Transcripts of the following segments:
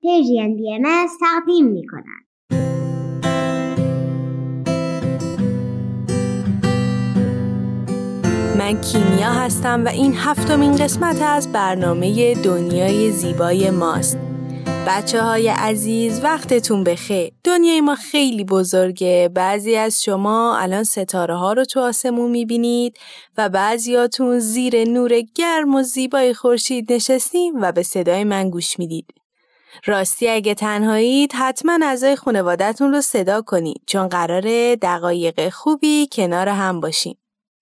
پرژین BMS تقدیم می‌کند. من کیمیا هستم و این 7مین قسمت از برنامه دنیای زیبای ماست. بچه‌های عزیز وقتتون بخیر. دنیای ما خیلی بزرگه. بعضی از شما الان ستاره ها رو تو آسمون میبینید و بعضیاتون زیر نور گرم و زیبای خورشید نشستین و به صدای من گوش میدید. راستی اگه تنهایید حتما اعضای خانواده‌تون رو صدا کنید چون قراره دقایق خوبی کنار هم باشین.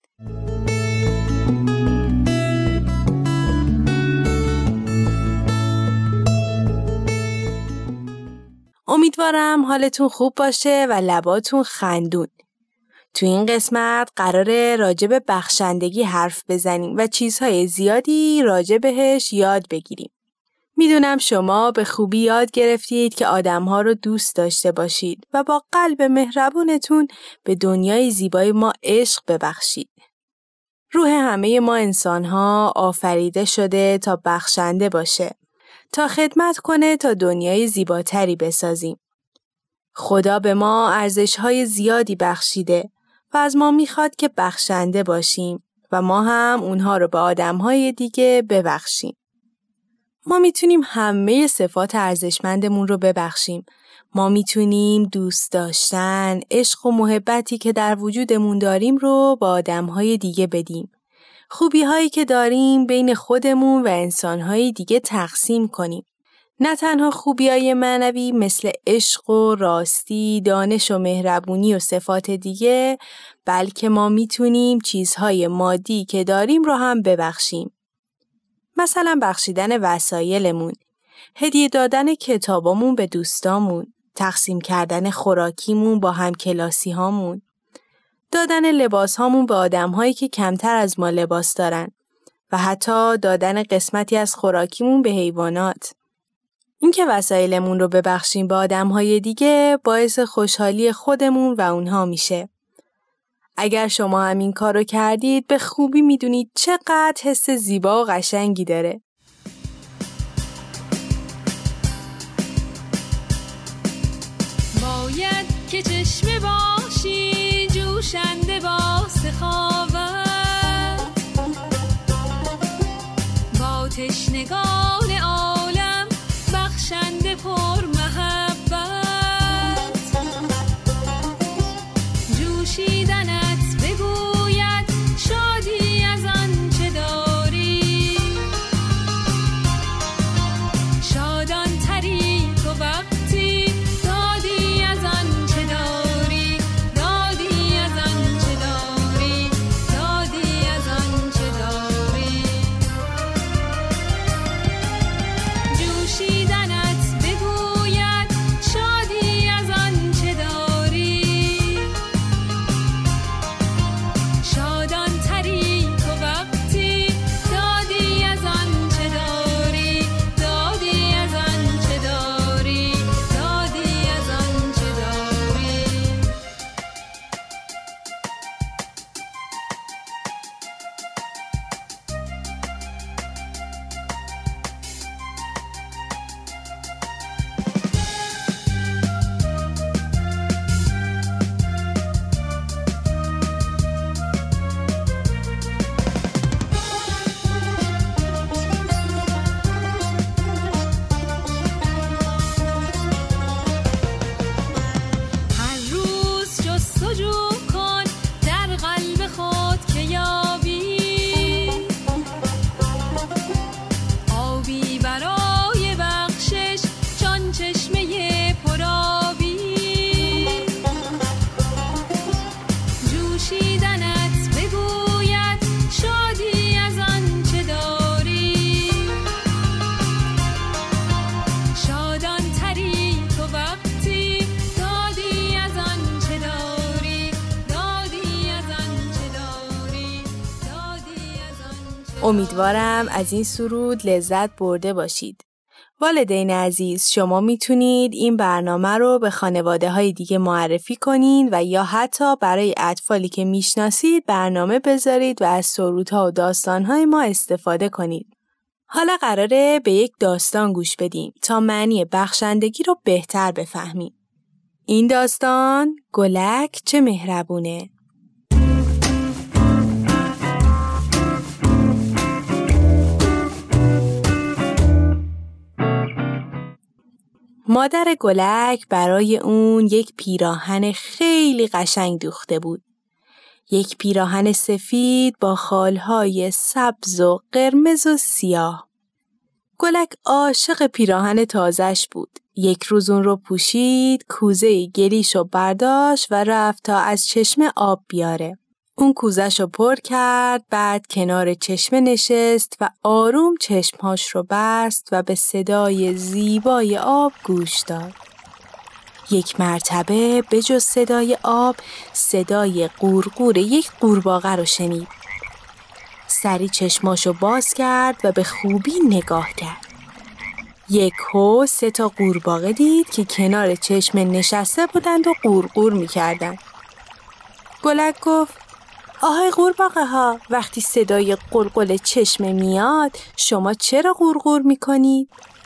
امیدوارم حالتون خوب باشه و لباتون خندون. تو این قسمت قراره راجع به بخشندگی حرف بزنیم و چیزهای زیادی راجع بهش یاد بگیریم. میدونم شما به خوبی یاد گرفتید که آدم‌ها رو دوست داشته باشید و با قلب مهربونتون به دنیای زیبای ما عشق ببخشید. روح همه ما انسان‌ها آفریده شده تا بخشنده باشه، تا خدمت کنه تا دنیای زیباتری بسازیم. خدا به ما ارزش‌های زیادی بخشیده و از ما میخواد که بخشنده باشیم و ما هم اونها رو به آدم‌های دیگه ببخشیم. ما میتونیم همه صفات ارزشمندمون رو ببخشیم. ما میتونیم دوست داشتن، عشق و محبتی که در وجودمون داریم رو با آدم‌های دیگه بدیم. خوبی‌هایی که داریم بین خودمون و انسان‌های دیگه تقسیم کنیم. نه تنها خوبی‌های معنوی مثل عشق و راستی، دانش و مهربونی و صفات دیگه، بلکه ما میتونیم چیزهای مادی که داریم رو هم ببخشیم. مثلا بخشیدن وسایلمون، هدیه دادن کتابامون به دوستامون، تقسیم کردن خوراکیمون با همکلاسی هامون، دادن لباس هامون به آدم هایی که کمتر از ما لباس دارن و حتی دادن قسمتی از خوراکیمون به حیوانات. این که وسایلمون رو ببخشیم به آدم های دیگه باعث خوشحالی خودمون و اونها میشه. اگر شما همین کارو کردید به خوبی میدونید چقدر حس زیبا و قشنگی داره. باید که چشمه باشی جوشنده با سخاوت، با تشنگان عالم بخشنده پر محبت، جوشیدنت بگوید شادی از آنچه داری، شادان تری تو وقتی دادی از آنچه داری، دادی از آنچه داری، دادی از آنچه داری، جوشیدنت بگوید شادی از آنچه داری، شادان تری تو وقتی دادی از آنچه داری، دادی از آنچه داری، دادی از آنچه داری. هر روز جستجو کن در قلب خود که یابی آبی برای بخشش چون چشمه پرآبی، جوشیدنت بگوید شادی از آنچه داری، شادان تری تو وقتی دادی از آنچه داری، دادی از آنچه داری، دادی از آنچه. امیدوارم از این سرود لذت برده باشید. والدین عزیز شما میتونید این برنامه رو به خانواده‌های دیگه معرفی کنید و یا حتی برای اطفالی که میشناسید برنامه بذارید و از سرودها و داستانهای ما استفاده کنید. حالا قراره به یک داستان گوش بدیم تا معنی بخشندگی رو بهتر بفهمیم. این داستان گلک چه مهربونه. مادر گلک برای اون یک پیراهن خیلی قشنگ دوخته بود. یک پیراهن سفید با خالهای سبز و قرمز و سیاه. گلک عاشق پیراهن تازش بود. یک روز اون رو پوشید، کوزه گلیشو برداشت و رفت تا از چشمه آب بیاره. اون کوزه‌شو پر کرد، بعد کنار چشمه نشست و آروم چشمهاش رو بست و به صدای زیبای آب گوش داد. یک مرتبه به جز صدای آب، صدای قورقور یک قورباغه رو شنید. سری چشماشو باز کرد و به خوبی نگاه کرد. یکهو 3 قورباغه دید که کنار چشمه نشسته بودند و قورقور می‌کردند. گلک گفت: آهای قورباغه ها، وقتی صدای قلقل چشمه میاد شما چرا قورقور میکنید؟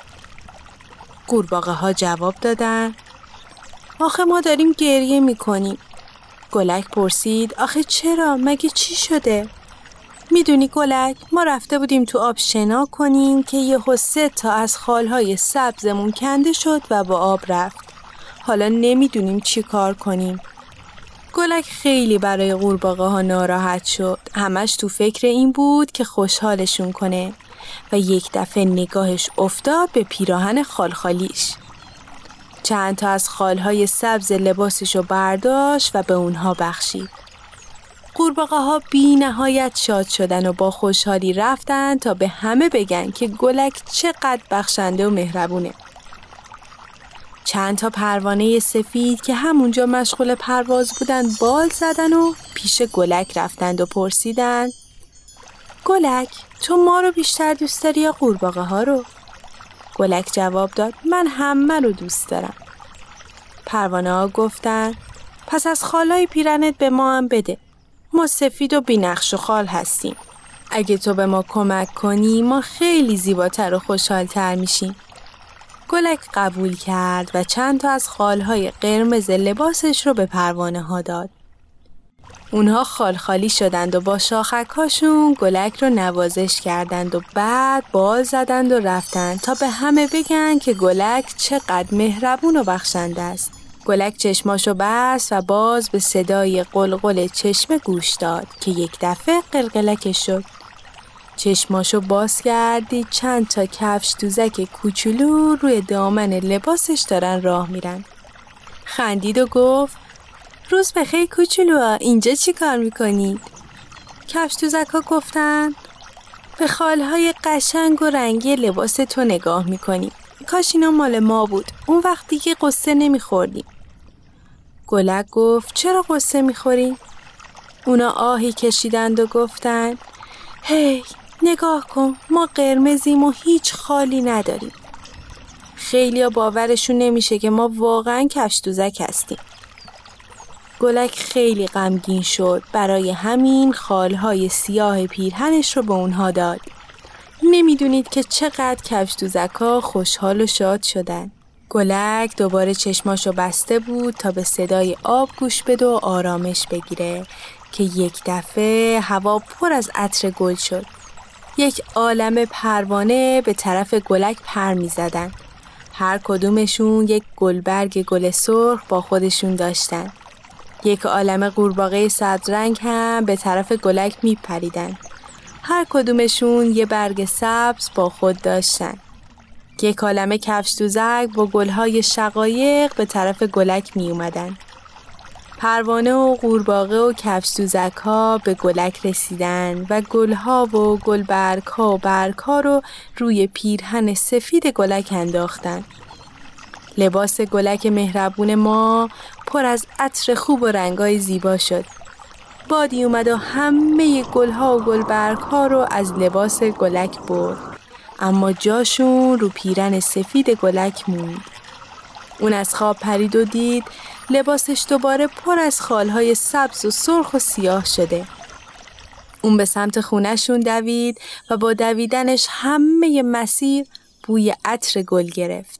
قورباغه ها جواب دادن: آخه ما داریم گریه میکنیم. گلک پرسید: آخه چرا؟ مگه چی شده؟ میدونی گلک، ما رفته بودیم تو آب شنا کنیم که یهو 3 از خالهای سبزمون کنده شد و با آب رفت. حالا نمیدونیم چی کار کنیم. گلک خیلی برای قورباغه ها ناراحت شد. همش تو فکر این بود که خوشحالشون کنه و یک دفعه نگاهش افتاد به پیراهن خالخالیش. چند تا از خالهای سبز لباسشو برداشت و به اونها بخشید. قورباغه ها بی نهایت شاد شدن و با خوشحالی رفتن تا به همه بگن که گلک چقدر بخشنده و مهربونه. چند تا پروانه سفید که همونجا مشغول پرواز بودن بال زدن و پیش گلک رفتند و پرسیدن: گلک، تو ما رو بیشتر دوست داری یا قورباغه ها رو؟ گلک جواب داد: من همه رو دوست دارم. پروانه ها گفتن: پس از خالای پیرنت به ما هم بده. ما سفید و بی‌نقش و خال هستیم. اگه تو به ما کمک کنی ما خیلی زیباتر و خوشحالتر میشیم. گلک قبول کرد و چند تا از خالهای قرمز لباسش رو به پروانه ها داد. اونها خالخالی شدند و با شاخک‌هاشون گلک رو نوازش کردند و بعد بال زدند و رفتند تا به همه بگن که گلک چقدر مهربون و بخشنده است. گلک چشماشو بست و باز به صدای قلقل چشمه گوش داد که یک دفعه قلقلکش شد. چشماشو باز کردی چند تا کفش دوزک کوچولو روی دامن لباسش دارن راه میرن. خندید و گفت: روز بخیر کوچولوها، اینجا چی کار میکنید؟ کفش دوزک ها گفتن: به خالهای قشنگ و رنگی لباس تو نگاه میکنیم. کاش اینا مال ما بود، اون وقت دیگه قصه نمیخوردیم. گلک گفت: چرا قصه میخوریم؟ اونا آهی کشیدند و گفتن: هی نگاه کن، ما قرمزیم و هیچ خالی نداریم. خیلیا باورشون نمیشه که ما واقعا کفش دوزک هستیم. گلک خیلی غمگین شد، برای همین خالهای سیاه پیرهنش رو به اونها داد. نمیدونید که چقدر کفش دوزکا خوشحال و شاد شدن. گلک دوباره چشماشو بسته بود تا به صدای آب گوش بده و آرامش بگیره که یک دفعه هوا پر از عطر گل شد. یک عالمه پروانه به طرف گلک پر می زدن. هر کدومشون یک گلبرگ گل سرخ با خودشون داشتن. یک عالمه قورباغه سبزرنگ هم به طرف گلک می پریدن. هر کدومشون یه برگ سبز با خود داشتن. یک عالمه کفش دوزک با گلهای شقایق به طرف گلک می اومدن. پروانه و قورباغه و کفش دوزک ها به گلک رسیدن و گلها و گلبرگ ها و برگ ها رو روی پیرهن سفید گلک انداختن. لباس گلک مهربون ما پر از عطر خوب و رنگای زیبا شد. بادی اومد و همه گلها و گلبرگ ها رو از لباس گلک برد، اما جاشون رو پیرهن سفید گلک موند. اون از خواب پرید و دید لباسش دوباره پر از خالهای سبز و سرخ و سیاه شده. اون به سمت خونه‌شون دوید و با دویدنش همه مسیر بوی عطر گل گرفت.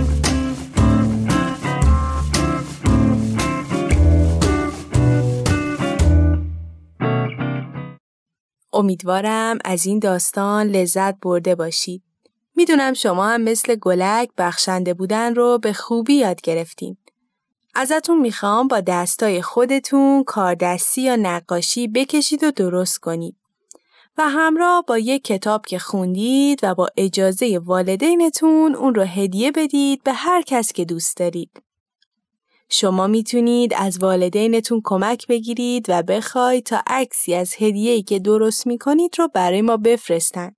امیدوارم از این داستان لذت برده باشید. میدونم شما هم مثل گلک بخشنده بودن رو به خوبی یاد گرفتین. ازتون میخوام با دستای خودتون کاردستی یا نقاشی بکشید و درست کنید و همراه با یک کتاب که خوندید و با اجازه والدینتون اون رو هدیه بدید به هر کس که دوست دارید. شما میتونید از والدینتون کمک بگیرید و بخواید تا عکسی از هدیه‌ای که درست میکنید رو برای ما بفرستن.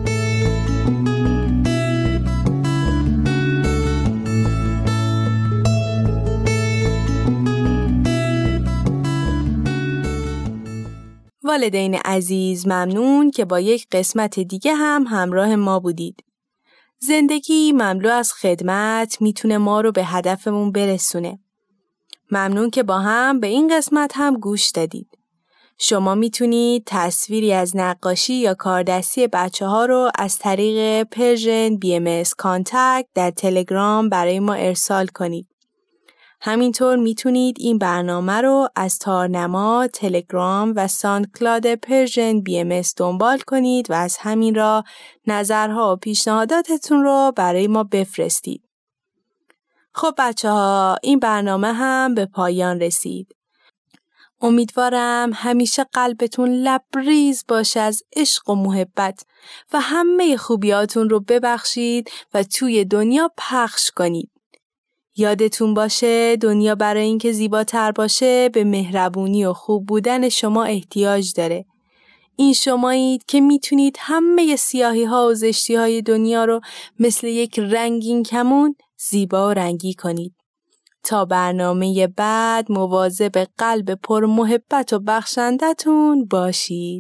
والدین عزیز، ممنون که با یک قسمت دیگه هم همراه ما بودید. زندگی مملو از خدمت میتونه ما رو به هدفمون برسونه. ممنون که با هم به این قسمت هم گوش دادید. شما میتونید تصویری از نقاشی یا کاردستی بچه‌ها رو از طریق پرژن BMS کانتکت در تلگرام برای ما ارسال کنید. همینطور میتونید این برنامه رو از تارنما، تلگرام و ساندکلاد پرژن BMS دنبال کنید و از همین راه نظرها و پیشنهاداتتون رو برای ما بفرستید. خب بچه‌ها، این برنامه هم به پایان رسید. امیدوارم همیشه قلبتون لبریز باشه از عشق و محبت و همه خوبیاتون رو ببخشید و توی دنیا پخش کنید. یادتون باشه دنیا برای اینکه زیباتر باشه به مهربونی و خوب بودن شما احتیاج داره. این شمایید که میتونید همه سیاهی‌ها و زشتی‌های دنیا رو مثل یک رنگین کمون زیبا و رنگی کنید. تا برنامه بعد مواظب قلب پر محبت و بخشندتون باشید.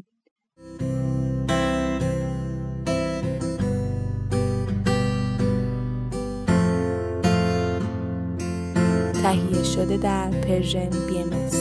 تهیه شده در پرژن BMS.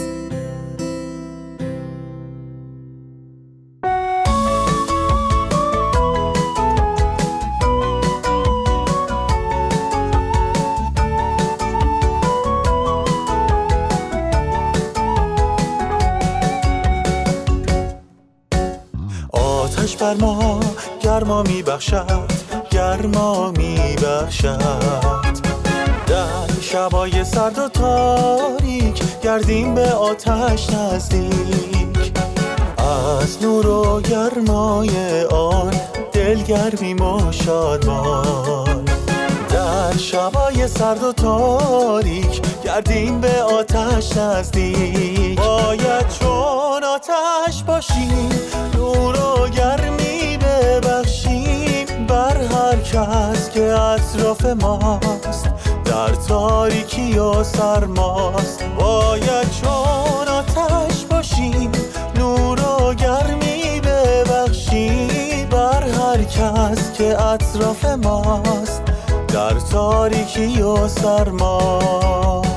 آتش بر ما گرما میبخشد، گرما میبخشد. در شبای سرد و تاریک گردیم به آتش نزدیک. از نور و گرمای آن دلگرمیم و شادمان. در شبای سرد و تاریک گردیم به آتش نزدیک. باید چون آتش باشیم، نور و گرمی ببخشیم بر هر کس که اطراف ماست، در تاریکی و سرماست. باید چون آتش باشیم، نور و گرمی ببخشیم بر هر کس که اطراف ماست، در تاریکی و سرماست.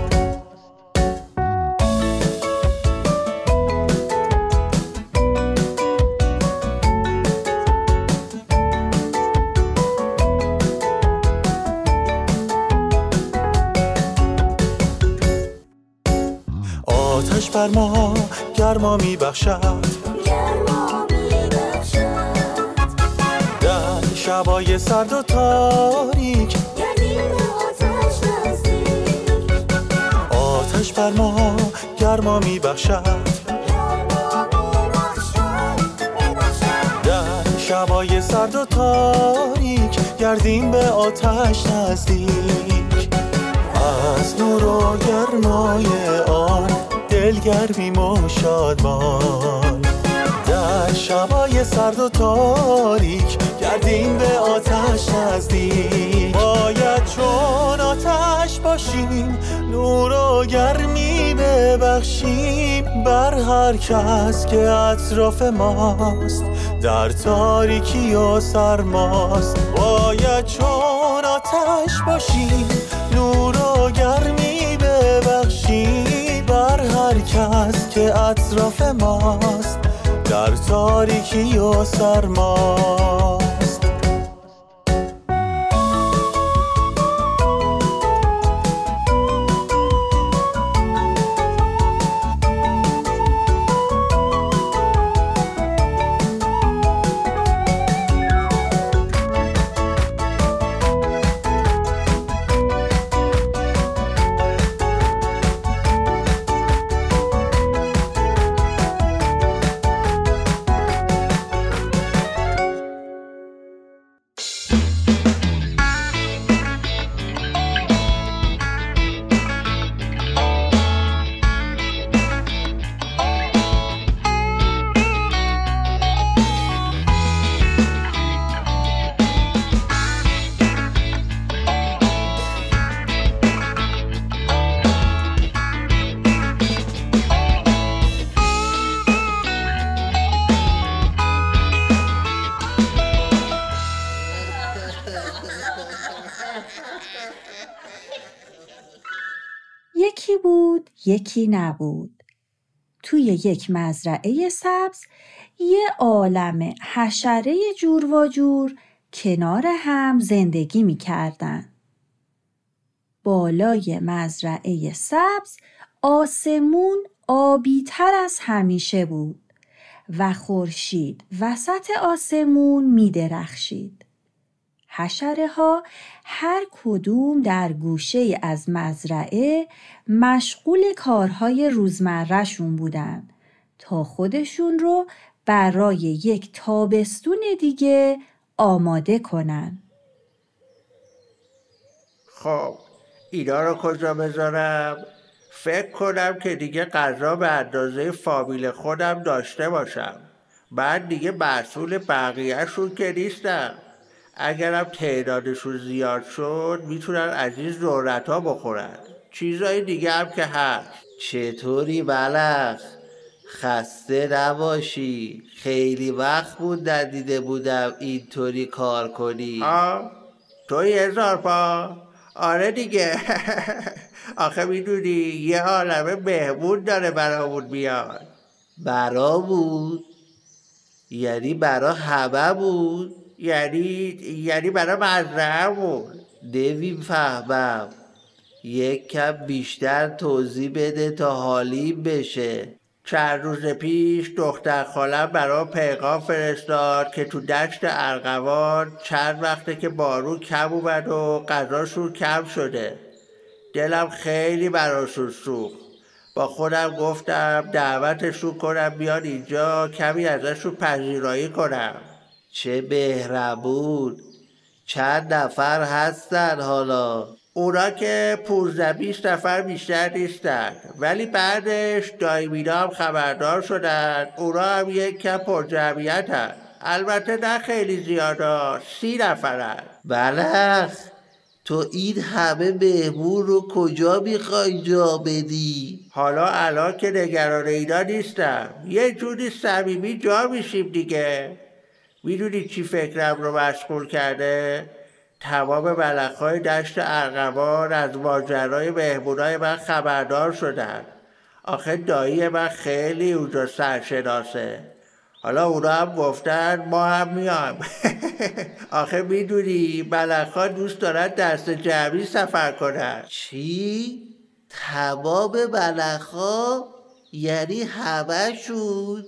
آتش بر ما گرما میبخشد، در شبای سرد و تاریک گردیم آتش نزدیک. آتش بر ما گرما میبخشد، در شبای سرد و تاریک گردیم به آتش نزدیک. از نور و گرمای آن دلگرمیم و شادمان. در شبای سرد و تاریک گردیم به آتش نزدیک. باید چون آتش باشیم، نور و گرمی ببخشیم بر هر کس که اطراف ماست، در تاریکی و سرماست. باید چون آتش باشیم، نور و گرمی ببخشیم بر هر کس که اطراف ماست، در تاریکی و سرماست. یکی بود یکی نبود. توی یک مزرعه سبز یه عالمه حشره جور و جور کنار هم زندگی می کردن. بالای مزرعه سبز آسمون آبی تر از همیشه بود و خورشید وسط آسمون می درخشید. حشره ها هر کدوم در گوشه از مزرعه مشغول کارهای روزمره‌شون بودن تا خودشون رو برای یک تابستون دیگه آماده کنن. خب اینا رو کجا بذارم؟ فکر کنم که دیگه غذا به اندازه فامیل خودم داشته باشم. من دیگه مسئول بقیه‌شون که نیستم. اگرم تعدادشون زیاد شد میتونن از این ذرت‌ها بخورن. چیزای دیگه هم که هست. چطوری ملخ؟ خسته نباشی. خیلی وقت بود ندیده بودم اینطوری کار کنی. توی 1000 پا؟ آره دیگه. آخه میدونی یه عالمه مهمون داره برامون میاد. برامون؟ یعنی برا همه بود؟ یعنی برای مزرعه‌مون. نمیفهمم. یک کم بیشتر توضیح بده تا حالیم بشه. چند روز پیش دختر خالم برام پیغام فرستاد که تو دشت ارغوان چند وقته که بارون کم اومد و غذاشون کم شده. دلم خیلی براشون سوخت. با خودم گفتم دعوتشون کنم بیان اینجا کمی ازشون پذیرایی کنم. چه مهربون. چند نفر هستن حالا؟ اونا که 15-20 نفر بیشتر نیستن، ولی بعدش دایمینا هم خبردار شدن اونا هم یک کم پر جمعیتن. البته نه خیلی زیادا، 30 نفرن. ملخ تو این همه مهمون رو کجا میخوای جا بدی؟ حالا الان که نگران اینا نیستم، یه جوری صمیمی جا میشیم دیگه. میدونی چی فکرم رو مشغول کرده؟ تمام ملخ‌های دشت ارغوان از ماجرای مهمونای من خبردار شدن. آخه دایی من خیلی اونجا سرشناسه. حالا اونا هم گفتن ما هم میام. آخه میدونی ملخ‌ها دوست دارن دست جمعی سفر کنن. چی؟ تمام ملخ‌ها؟ یعنی همه‌شون؟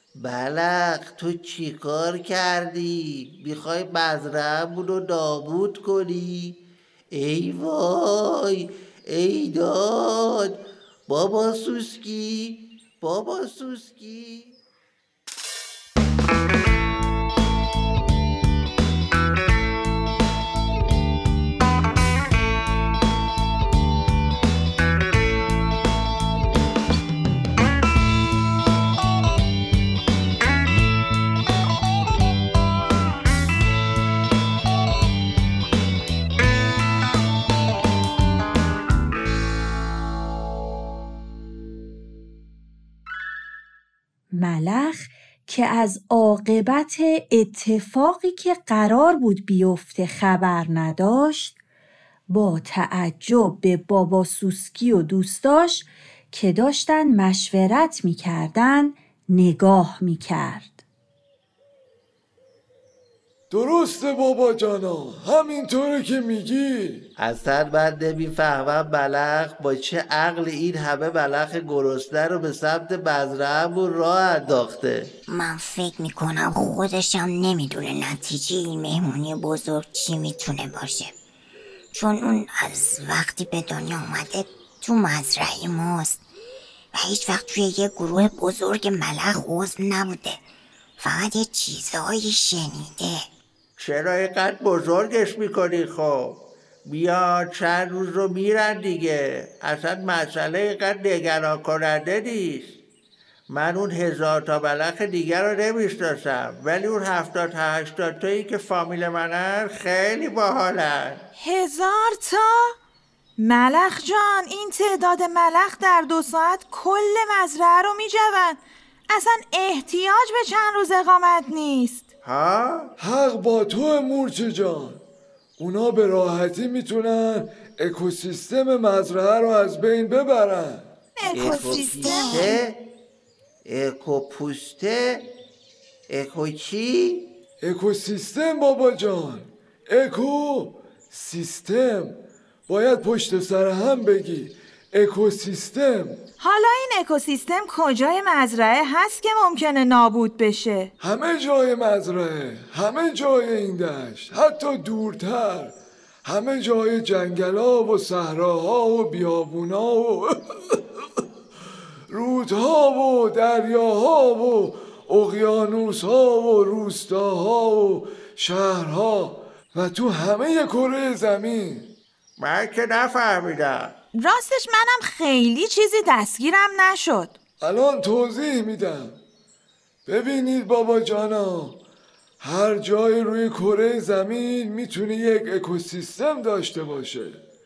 ملخ تو چی کار کردی؟ میخوای مزرعه‌مون رو نابود کنی؟ ای وای ای داد. بابا سوسکی بابا سوسکی. ملخ که از عاقبت اتفاقی که قرار بود بیفته خبر نداشت، با تعجب به بابا سوسکی و دوستاش که داشتن مشورت میکردن نگاه میکرد. درسته بابا جانا، همینطوره که میگی. اصلا من نمیفهمم ملخ با چه عقل این همه ملخ گرسنه رو به سمت مزرعه‌مون راه انداخته. من فکر میکنم خودشم نمیدونه نتیجه این مهمونی بزرگ چی میتونه باشه، چون اون از وقتی به دنیا اومده تو مزرعه ماست و هیچ وقت توی یه گروه بزرگ ملخ عضو نبوده، فقط یه چیزهایی شنیده. چرا اینقدر بزرگش میکنی خب؟ بیا چند روز رو میرن دیگه. اصلا مسئله اینقدر نگران کننده نیست. من اون 1000 تا ملخ دیگر رو نمیشناسم، ولی اون 70 تا 80 تایی که فامیل منن خیلی باحالن. 1000 تا؟ ملخ جان، این تعداد ملخ در 2 ساعت کل مزرعه رو میجون. اصلا احتیاج به چند روز اقامت نیست. ها؟ حق با تو مورچه جان، اونا به راحتی میتونن اکوسیستم مزرعه رو از بین ببرن. اکوسیستم؟ اکوپوسته؟ اکو چی؟ اکوسیستم بابا جان، اکو سیستم، باید پشت سر هم بگی اکوسیستم. حالا این اکوسیستم کجای مزرعه هست که ممکنه نابود بشه؟ همه جای مزرعه، همه جای این دشت، حتی دورتر، همه جای جنگلا و صحراها و بیابونا و رودها و دریاها و اقیانوسها و روستاها و شهرها و تو همه کره زمین. من که نفهمیدم. راستش منم خیلی چیزی دستگیرم نشد. الان توضیح میدم. ببینید بابا جانا، هر جای روی کره زمین میتونه یک اکوسیستم داشته باشه.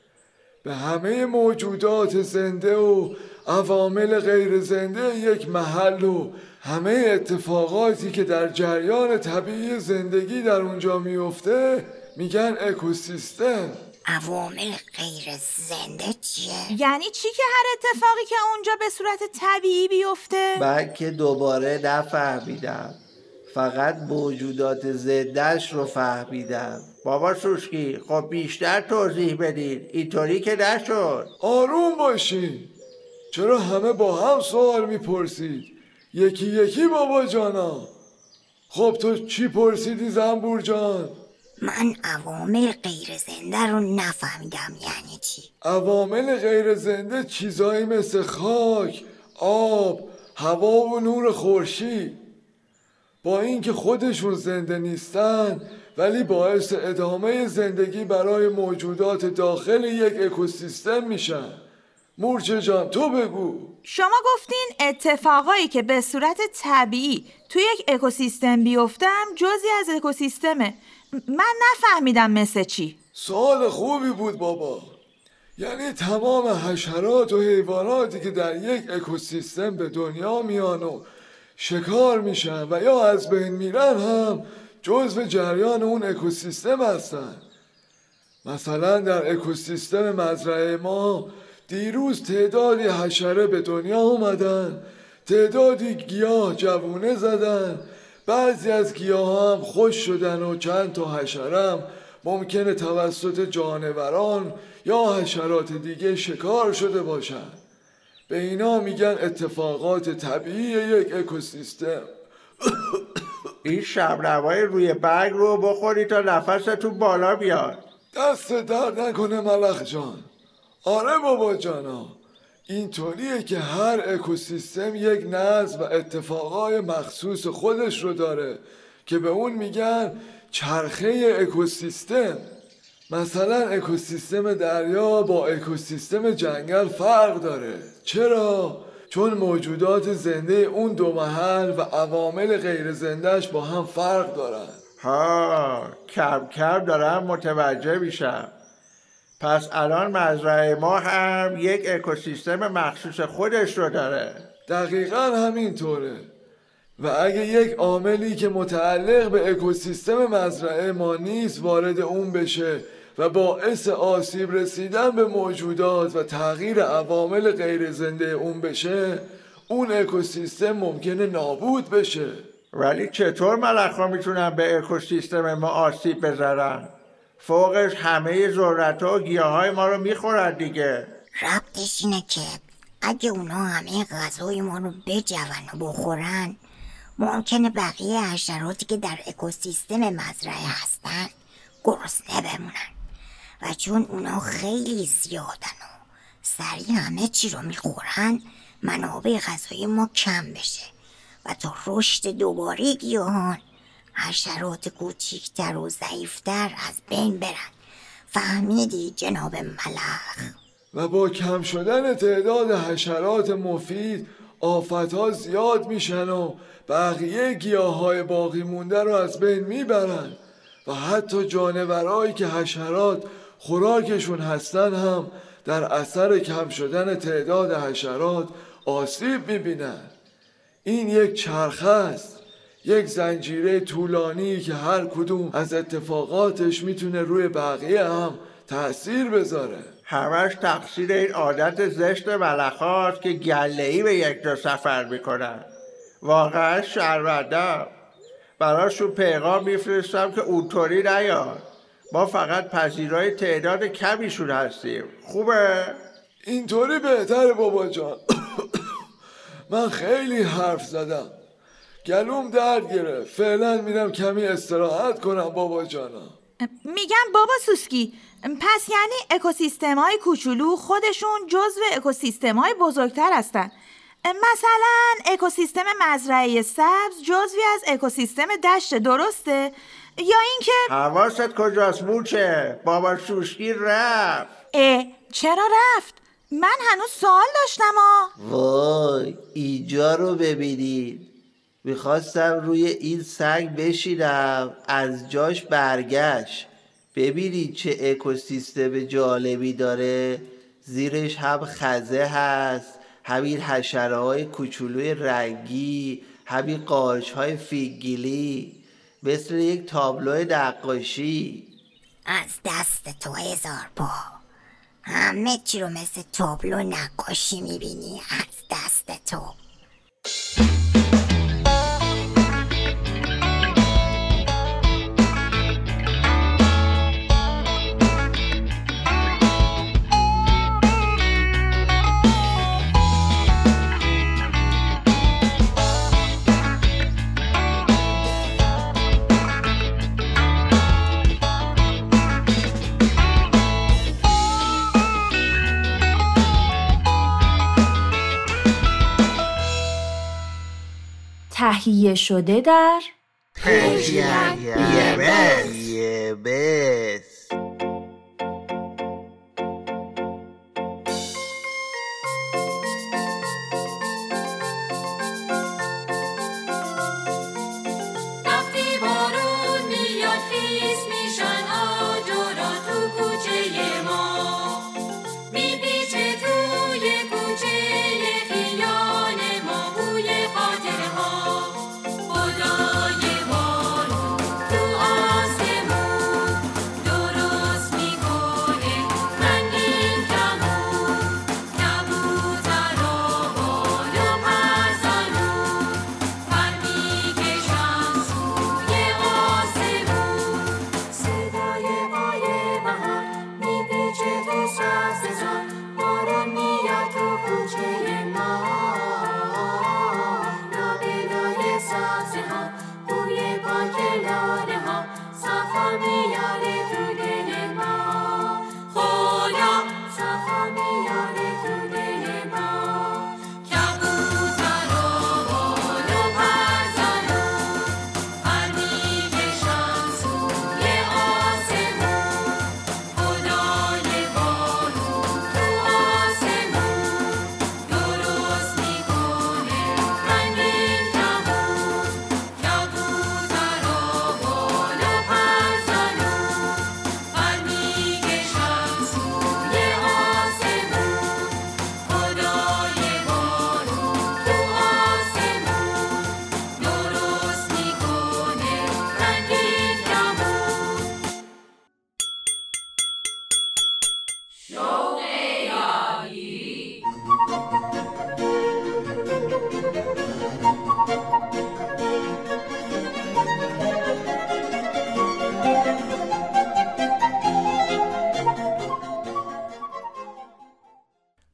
به همه موجودات زنده و عوامل غیر زنده یک محل و همه اتفاقاتی که در جریان طبیعی زندگی در اونجا میفته میگن اکوسیستم. عوامل غیر زنده چیه؟ یعنی چی که هر اتفاقی که اونجا به صورت طبیعی بیفته؟ من که دوباره نفهمیدم، فقط موجودات زندهش رو فهمیدم. بابا سوسکی خب بیشتر توضیح بدید، اینطوری که نشد. آروم باشین، چرا همه با هم سوال میپرسید؟ یکی یکی بابا جانا. خب تو چی پرسیدی زنبور جان؟ من عوامل غیر زنده رو نفهمیدم یعنی چی. عوامل غیر زنده چیزایی مثل خاک، آب، هوا و نور خورشید. با اینکه خودشون زنده نیستن ولی باعث ادامه زندگی برای موجودات داخل یک اکوسیستم میشن. مورچه جان تو بگو. شما گفتین اتفاقایی که به صورت طبیعی توی یک اکوسیستم بیفتن جزئی از اکوسیستمه. من نفهمیدم مثل چی. سوال خوبی بود بابا. یعنی تمام حشرات و حیواناتی که در یک اکوسیستم به دنیا میان و شکار میشن و یا از بین میرن هم جزو جریان اون اکوسیستم هستن. مثلا در اکوسیستم مزرعه ما دیروز تعدادی حشره به دنیا اومدن، تعدادی گیاه جوونه زدن، بعضی از گیاه هم خوش شدن و چند تا حشره هم ممکنه توسط جانوران یا حشرات دیگه شکار شده باشن. به اینا میگن اتفاقات طبیعی یک اکوسیستم. این شبنمای روی برگ رو بخوری تا نفستون بالا بیاد. دست درد نکنه ملخ جان. آره بابا جانا، اینطوریه که هر اکوسیستم یک نظم و اتفاقای مخصوص خودش رو داره که به اون میگن چرخه اکوسیستم. مثلا اکوسیستم دریا با اکوسیستم جنگل فرق داره. چرا؟ چون موجودات زنده اون دو محل و عوامل غیر زندهش با هم فرق دارن. ها، کم کم دارم متوجه میشم. پس الان مزرعه ما هم یک اکوسیستم مخصوص خودش رو داره. دقیقاً همینطوره. و اگه یک عاملی که متعلق به اکوسیستم مزرعه ما نیست وارد اون بشه و باعث آسیب رسیدن به موجودات و تغییر عوامل غیر زنده اون بشه، اون اکوسیستم ممکنه نابود بشه. ولی چطور ملخ‌ها میتونن به اکوسیستم ما آسیب بزنن؟ فوقش همه ذرت‌ها و گیاهای ما رو میخورن دیگه. ربطش اینه که اگه اونا همه غذای ما رو بجون و بخورن، ممکنه بقیه حشراتی که در اکوسیستم مزرعه هستن گرسنه بمونن و چون اونا خیلی زیادن و سریع همه چی رو میخورن، منابع غذای ما کم بشه و تا رشد دوباره گیاهان حشرات کوچیکتر و ضعیفتر از بین برن. فهمیدی جناب ملخ؟ و با کم شدن تعداد حشرات مفید آفت‌ها زیاد میشن و بقیه گیاه‌های باقی مونده رو از بین میبرن و حتی جانورایی که حشرات خوراکشون هستن هم در اثر کم شدن تعداد حشرات آسیب میبینن. این یک چرخه است، یک زنجیره طولانی که هر کدوم از اتفاقاتش میتونه روی بقیه هم تأثیر بذاره. همش تقصیر این عادت زشت ملخ‌هاست که گله‌ای به یک جا سفر میکنن. واقعا شرمنده‌ام. براشون پیغام میفرستم که اونطوری نیان. ما فقط پذیرای تعداد کمیشون هستیم. خوبه؟ اینطوری بهتره بابا جان. من خیلی حرف زدم، گلوم درد گرفت. فعلا میرم کمی استراحت کنم بابا جانا. میگم بابا سوسکی، پس یعنی اکوسیستم‌های کوچولو خودشون جزو اکوسیستم‌های بزرگتر هستن. مثلا اکوسیستم مزرعه سبز جزوی از اکوسیستم دشت، درسته؟ یا اینکه حواست کجاست موچه؟ بابا سوسکی رفت. چرا رفت؟ من هنوز سوال داشتم. وای اینجا رو ببینید. میخواستم روی این سنگ بشینم، از جاش برگشت. ببینید چه اکوسیستم جالبی داره. زیرش هم خزه هست، همین حشره‌های کوچولوی رنگی، همین قارچ‌های فیگیلی، مثل یک تابلو نقاشی. از دست تو هزار پا، همه چی رو مثل تابلو نقاشی میبینی. از دست تو. تهیه شده در پرژین BMS. وقتی بارون میاد خیس میشن آجرها تو کوچه ما، میپیچه توی کوچه خیال ما بوی خاطره ها. خدای بارون تو آسمون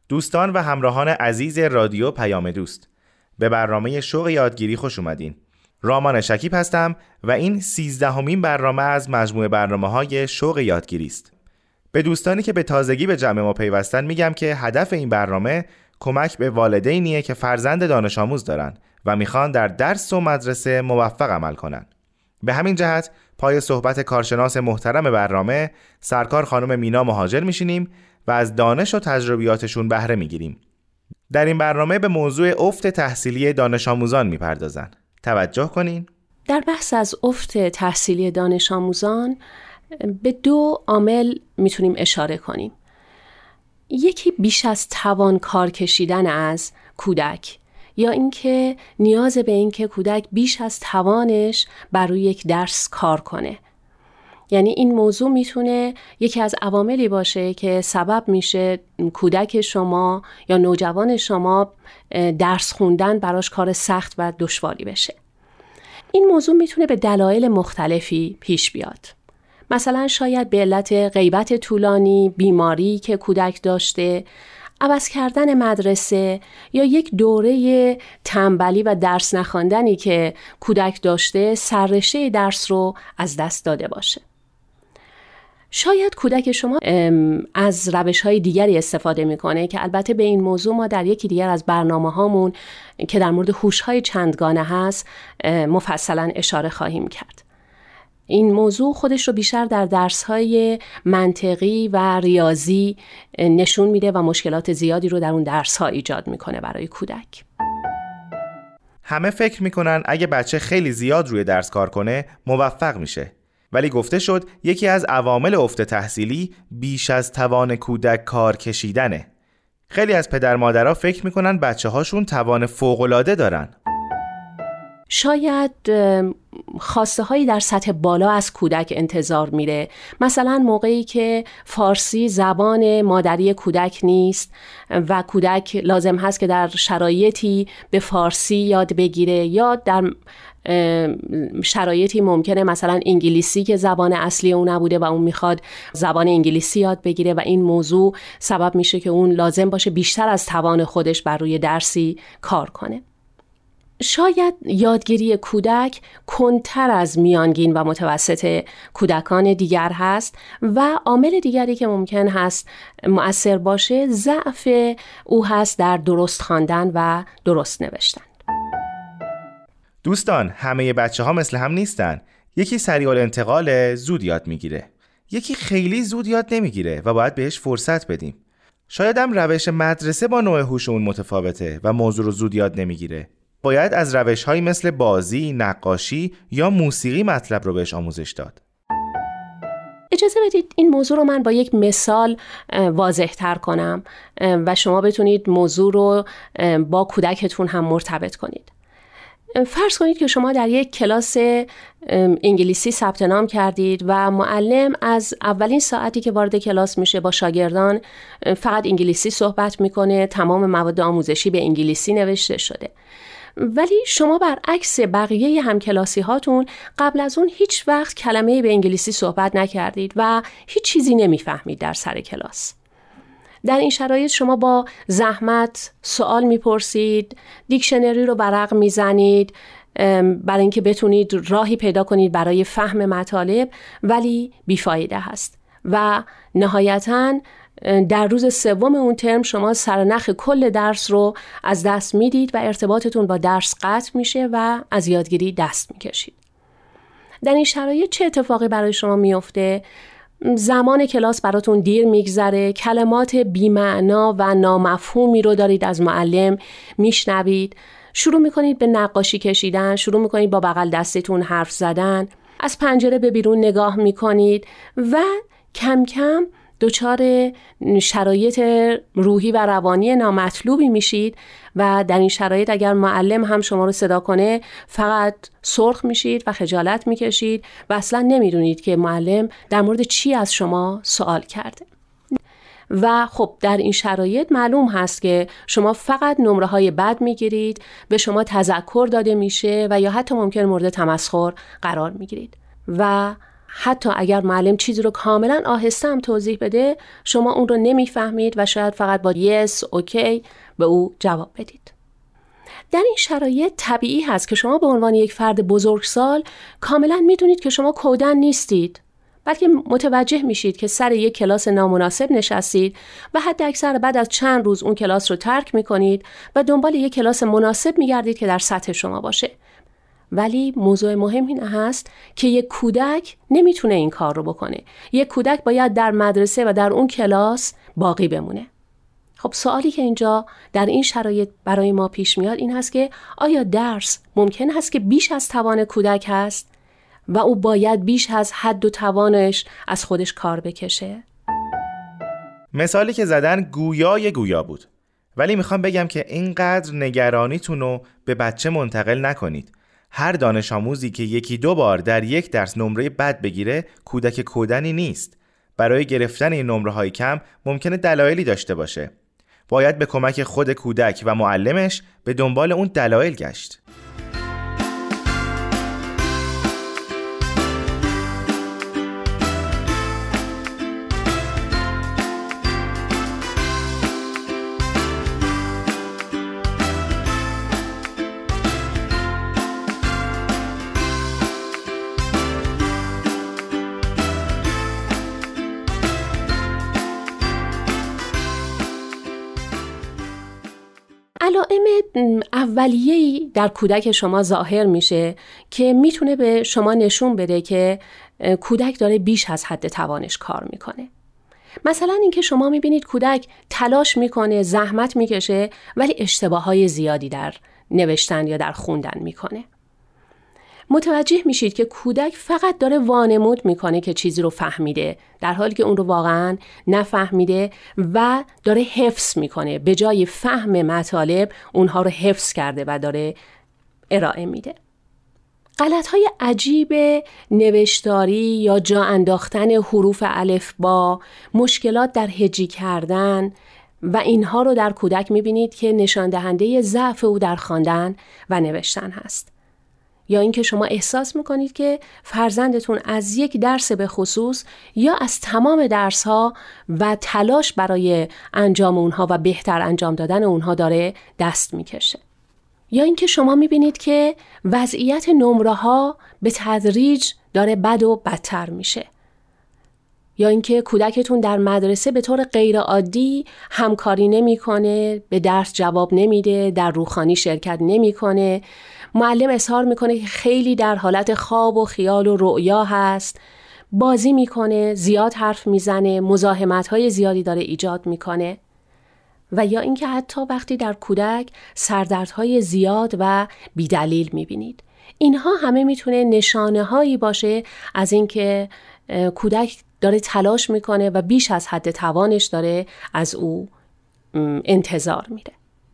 دوستان و همراهان عزیز رادیو پیام دوست، به برنامه شوق یادگیری خوش اومدین. رامان شکیب هستم و این 13مین برنامه از مجموعه برنامه‌های شوق یادگیری است. به دوستانی که به تازگی به جمع ما پیوستن میگم که هدف این برنامه کمک به والدینیه که فرزند دانش آموز دارن و میخوان در درس و مدرسه موفق عمل کنن. به همین جهت پای صحبت کارشناس محترم برنامه سرکار خانم مینا مهاجر میشینیم و از دانش و تجربیاتشون بهره میگیریم. در این برنامه به موضوع افت تحصیلی دانش آموزان میپردازن. توجه کنین. در بحث از افت تحصیلی دانش آموزان به 2 عامل میتونیم اشاره کنیم. یکی بیش از توان کار کشیدن از کودک، یا اینکه نیاز به اینکه کودک بیش از توانش بر روی یک درس کار کنه. یعنی این موضوع میتونه یکی از عواملی باشه که سبب میشه کودک شما یا نوجوان شما درس خوندن براش کار سخت و دشواری بشه. این موضوع میتونه به دلایل مختلفی پیش بیاد. مثلا شاید به علت غیبت طولانی، بیماری که کودک داشته، عوض کردن مدرسه یا یک دوره تنبلی و درس نخواندنی که کودک داشته سررشته درس رو از دست داده باشه. شاید کودک شما از روش‌های دیگری استفاده میکنه که البته به این موضوع ما در یکی دیگر از برنامه‌هامون که در مورد هوش‌های چندگانه هست مفصلاً اشاره خواهیم کرد. این موضوع خودش رو بیشتر در درس‌های منطقی و ریاضی نشون میده و مشکلات زیادی رو در اون درس‌ها ایجاد میکنه برای کودک. همه فکر میکنن اگه بچه خیلی زیاد روی درس کار کنه موفق میشه. ولی گفته شد یکی از عوامل افت تحصیلی بیش از توان کودک کار کشیدنه. خیلی از پدر مادرها فکر میکنن بچه هاشون توان فوق‌العاده دارن. شاید خواسته هایی در سطح بالا از کودک انتظار میره. مثلا موقعی که فارسی زبان مادری کودک نیست و کودک لازم هست که در شرایطی به فارسی یاد بگیره، یا در شرایطی ممکنه مثلا انگلیسی که زبان اصلی اون نبوده و اون میخواد زبان انگلیسی یاد بگیره و این موضوع سبب میشه که اون لازم باشه بیشتر از توان خودش بر روی درسی کار کنه. شاید یادگیری کودک کندتر از میانگین و متوسط کودکان دیگر هست و عامل دیگری که ممکن هست مؤثر باشه ضعف او هست در درست خواندن و درست نوشتن. دوستان، همه بچه ها مثل هم نیستن. یکی سریع الانتقال زود یاد میگیره، یکی خیلی زود یاد نمیگیره و باید بهش فرصت بدیم. شاید هم روش مدرسه با نوع هوش اون متفاوته و موضوع رو زود یاد نمیگیره. باید از روش‌هایی مثل بازی، نقاشی یا موسیقی مطلب رو بهش آموزش داد. اجازه بدید این موضوع رو من با یک مثال واضح تر کنم و شما بتونید موضوع رو با کودکتون هم مرتبط کنید. فرض کنید که شما در یک کلاس انگلیسی ثبت نام کردید و معلم از اولین ساعتی که وارد کلاس میشه با شاگردان فقط انگلیسی صحبت میکنه، تمام مواد آموزشی به انگلیسی نوشته شده. ولی شما برعکس بقیه همکلاسی هاتون قبل از اون هیچ وقت کلمه‌ای به انگلیسی صحبت نکردید و هیچ چیزی نمیفهمید در سر کلاس. در این شرایط شما با زحمت سوال میپرسید، دیکشنری رو ورق میزنید برای اینکه بتونید راهی پیدا کنید برای فهم مطالب، ولی بیفایده هست و نهایتاً در روز سوم اون ترم شما سرنخ کل درس رو از دست میدید و ارتباطتون با درس قطع میشه و از یادگیری دست میکشید. در این شرایط چه اتفاقی برای شما میفته؟ زمان کلاس براتون دیر میگذره، کلمات بی‌معنا و نامفهومی رو دارید از معلم میشنوید، شروع میکنید به نقاشی کشیدن، شروع میکنید با بغل دستتون حرف زدن، از پنجره به بیرون نگاه میکنید و کم کم دچار شرایط روحی و روانی نامطلوبی میشید و در این شرایط اگر معلم هم شما رو صدا کنه فقط سرخ میشید و خجالت میکشید و اصلا نمیدونید که معلم در مورد چی از شما سوال کرده. و خب در این شرایط معلوم هست که شما فقط نمره‌های بد میگیرید، به شما تذکر داده میشه و یا حتی ممکن مورد تمسخر قرار میگیرید و حتی اگر معلم چیزی رو کاملا آهسته هم توضیح بده، شما اون رو نمیفهمید و شاید فقط با yes، اوکی به او جواب بدید. در این شرایط طبیعی هست که شما به عنوان یک فرد بزرگسال کاملا میدونید که شما کودن نیستید، بلکه متوجه میشید که سر یک کلاس نامناسب نشستید و حتی اکثر بعد از چند روز اون کلاس رو ترک میکنید و دنبال یک کلاس مناسب میگردید که در سطح شما باشه. ولی موضوع مهم این هست که یک کودک نمیتونه این کار رو بکنه. یک کودک باید در مدرسه و در اون کلاس باقی بمونه. خب سوالی که اینجا در این شرایط برای ما پیش میاد این هست که آیا درس ممکن هست که بیش از توان کودک هست و او باید بیش از حد و توانش از خودش کار بکشه؟ مثالی که زدن گویا بود، ولی میخوام بگم که اینقدر نگرانیتون رو به بچه منتقل نکنید. هر دانش آموزی که یکی دو بار در یک درس نمره بد بگیره کودک کودنی نیست. برای گرفتن این نمره های کم ممکنه دلایلی داشته باشه. باید به کمک خود کودک و معلمش به دنبال اون دلایل گشت. علائم اولیه‌ای در کودک شما ظاهر میشه که میتونه به شما نشون بده که کودک داره بیش از حد توانش کار میکنه. مثلا اینکه شما میبینید کودک تلاش میکنه، زحمت میکشه، ولی اشتباههای زیادی در نوشتن یا در خوندن میکنه. متوجه میشید که کودک فقط داره وانمود میکنه که چیزی رو فهمیده، در حالی که اون رو واقعا نفهمیده و داره حفظ میکنه. به جای فهم مطالب اونها رو حفظ کرده و داره ارائه میده. غلطهای عجیب نوشتاری یا جا انداختن حروف الفبا، مشکلات در هجی کردن و اینها رو در کودک میبینید که نشان دهنده ضعف او در خواندن و نوشتن هست. یا اینکه شما احساس میکنید که فرزندتون از یک درس به خصوص یا از تمام درسها و تلاش برای انجام اونها و بهتر انجام دادن اونها داره دست میکشه. یا اینکه شما میبینید که وضعیت نمره ها به تدریج داره بد و بدتر میشه. یا اینکه کودکتون در مدرسه به طور غیر عادی همکاری نمیکنه، به درس جواب نمیده، در روخوانی شرکت نمیکنه. معلم اظهار میکنه که خیلی در حالت خواب و خیال و رؤیا هست، بازی میکنه، زیاد حرف میزنه، مزاحمت‌های زیادی داره ایجاد میکنه. و یا اینکه حتی وقتی در کودک سردردهای زیاد و بیدلیل میبینید. اینها همه میتونه نشانه هایی باشه از اینکه کودک داره تلاش میکنه و بیش از حد توانش داره از او انتظار میره.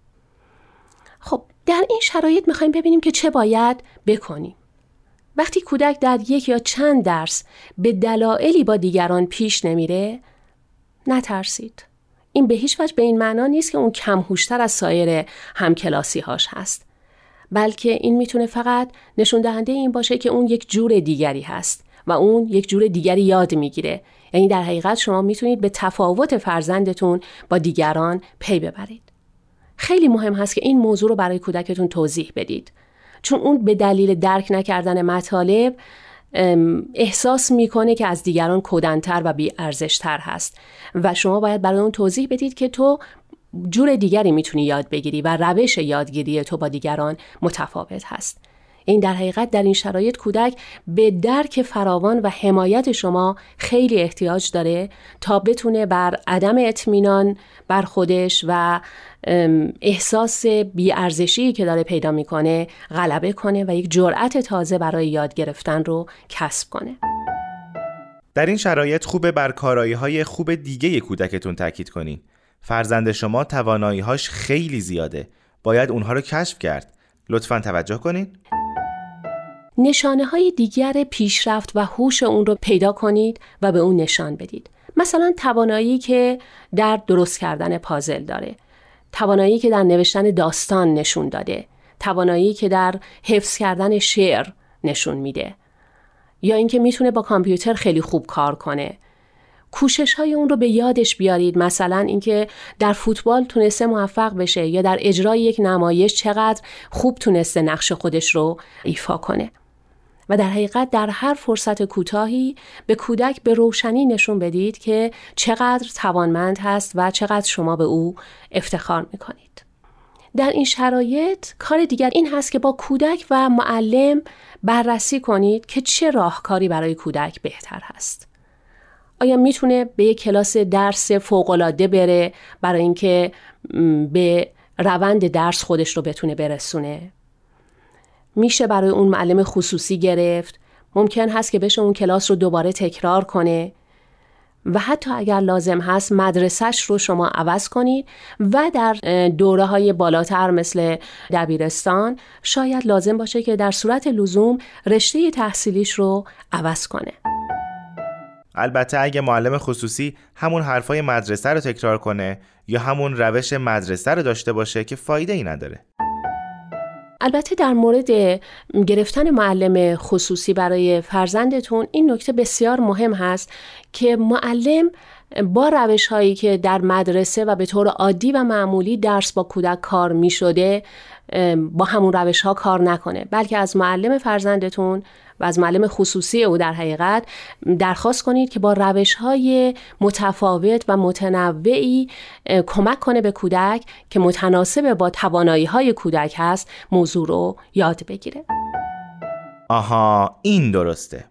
خب در این شرایط میخوایم ببینیم که چه باید بکنیم. وقتی کودک در یک یا چند درس به دلایلی با دیگران پیش نمیره، نترسید. این به هیچ وجه به این معنا نیست که اون کم هوشتر از سایر همکلاسی هاش هست، بلکه این میتونه فقط نشون دهنده این باشه که اون یک جور دیگری هست و اون یک جور دیگری یاد میگیره. یعنی در حقیقت شما میتونید به تفاوت فرزندتون با دیگران پی ببرید. خیلی مهم هست که این موضوع رو برای کودکتون توضیح بدید، چون اون به دلیل درک نکردن مطالب احساس میکنه که از دیگران کودن‌تر و بی‌ارزش‌تر هست و شما باید برای اون توضیح بدید که تو جور دیگری میتونی یاد بگیری و روش یادگیری تو با دیگران متفاوت هست. این در حقیقت در این شرایط کودک به درک فراوان و حمایت شما خیلی احتیاج داره تا بتونه بر عدم اطمینان بر خودش و احساس بی‌ارزشی که داره پیدا میکنه غلبه کنه و یک جرأت تازه برای یاد گرفتن رو کسب کنه. در این شرایط خوبه بر کارایی‌های خوب دیگه کودکتون تاکید کنین. فرزند شما توانایی‌هاش خیلی زیاده. باید اونها رو کشف کرد. لطفاً توجه کنین. نشانه‌های دیگر پیشرفت و هوش اون رو پیدا کنید و به اون نشان بدید. مثلا توانایی که در درست کردن پازل داره، توانایی که در نوشتن داستان نشون داده، توانایی که در حفظ کردن شعر نشون میده، یا اینکه میتونه با کامپیوتر خیلی خوب کار کنه. کوشش های اون رو به یادش بیارید، مثلا اینکه در فوتبال تونسته موفق بشه یا در اجرای یک نمایش چقدر خوب تونسته نقش خودش رو ایفا کنه. و در حقیقت در هر فرصت کوتاهی به کودک به روشنی نشون بدید که چقدر توانمند هست و چقدر شما به او افتخار میکنید. در این شرایط کار دیگر این هست که با کودک و معلم بررسی کنید که چه راهکاری برای کودک بهتر هست. آیا میتونه به یک کلاس درس فوق‌العاده بره برای اینکه به روند درس خودش رو بتونه برسونه؟ میشه برای اون معلم خصوصی گرفت، ممکن هست که بشه اون کلاس رو دوباره تکرار کنه و حتی اگر لازم هست مدرسهش رو شما عوض کنید و در دوره های بالاتر مثل دبیرستان شاید لازم باشه که در صورت لزوم رشته تحصیلیش رو عوض کنه. البته اگه معلم خصوصی همون حرفای مدرسه رو تکرار کنه یا همون روش مدرسه رو داشته باشه که فایده ای نداره. البته در مورد گرفتن معلم خصوصی برای فرزندتون این نکته بسیار مهم هست که معلم با روش هایی که در مدرسه و به طور عادی و معمولی درس با کودک کار می شده با همون روش ها کار نکنه، بلکه از معلم فرزندتون و از معلم خصوصی او در حقیقت درخواست کنید که با روش های متفاوت و متنوعی کمک کنه به کودک که متناسب با توانایی های کودک هست موضوع رو یاد بگیره. آها، این درسته.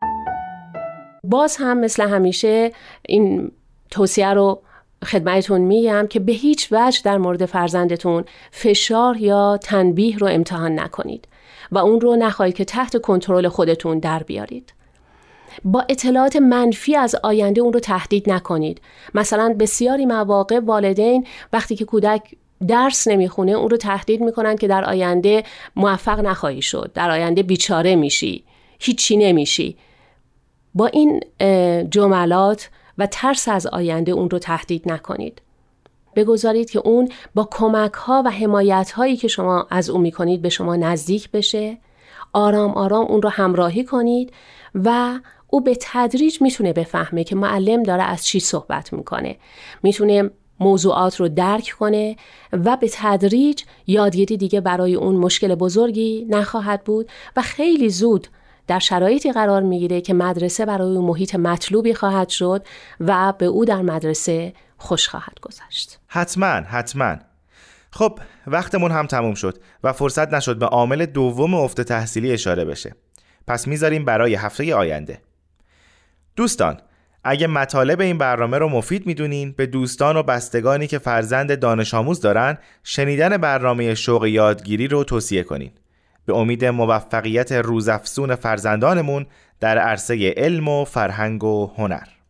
باز هم مثل همیشه این توصیه رو خدمتتون میگم که به هیچ وجه در مورد فرزندتون فشار یا تنبیه رو امتحان نکنید و اون رو نخواهید که تحت کنترل خودتون در بیارید. با اطلاعات منفی از آینده اون رو تهدید نکنید. مثلا بسیاری مواقع والدین وقتی که کودک درس نمیخونه اون رو تهدید میکنن که در آینده موفق نخواهی شد، در آینده بیچاره میشی، هیچی نمیشی. با این جملات و ترس از آینده اون رو تهدید نکنید. بگذارید که اون با کمک‌ها و حمایت‌هایی که شما از اون می‌کنید به شما نزدیک بشه. آرام آرام اون رو همراهی کنید و او به تدریج میتونه بفهمه که معلم داره از چی صحبت میکنه. میتونه موضوعات رو درک کنه و به تدریج یادگیری دیگه برای اون مشکل بزرگی نخواهد بود و خیلی زود در شرایطی قرار میگیره که مدرسه برای اون محیط مطلوبی خواهد شد و به او در مدرسه خوش خواهد گذشت. حتما. خب وقتمون هم تموم شد و فرصت نشد به عامل دوم افت تحصیلی اشاره بشه. پس میذاریم برای هفته آینده. دوستان، اگه مطالب این برنامه رو مفید میدونین به دوستان و بستگانی که فرزند دانش آموز دارن شنیدن برنامه شوق یادگیری رو توصیه کنین. به امید موفقیت روزافزون فرزندانمون در عرصه علم و فرهنگ و هنر.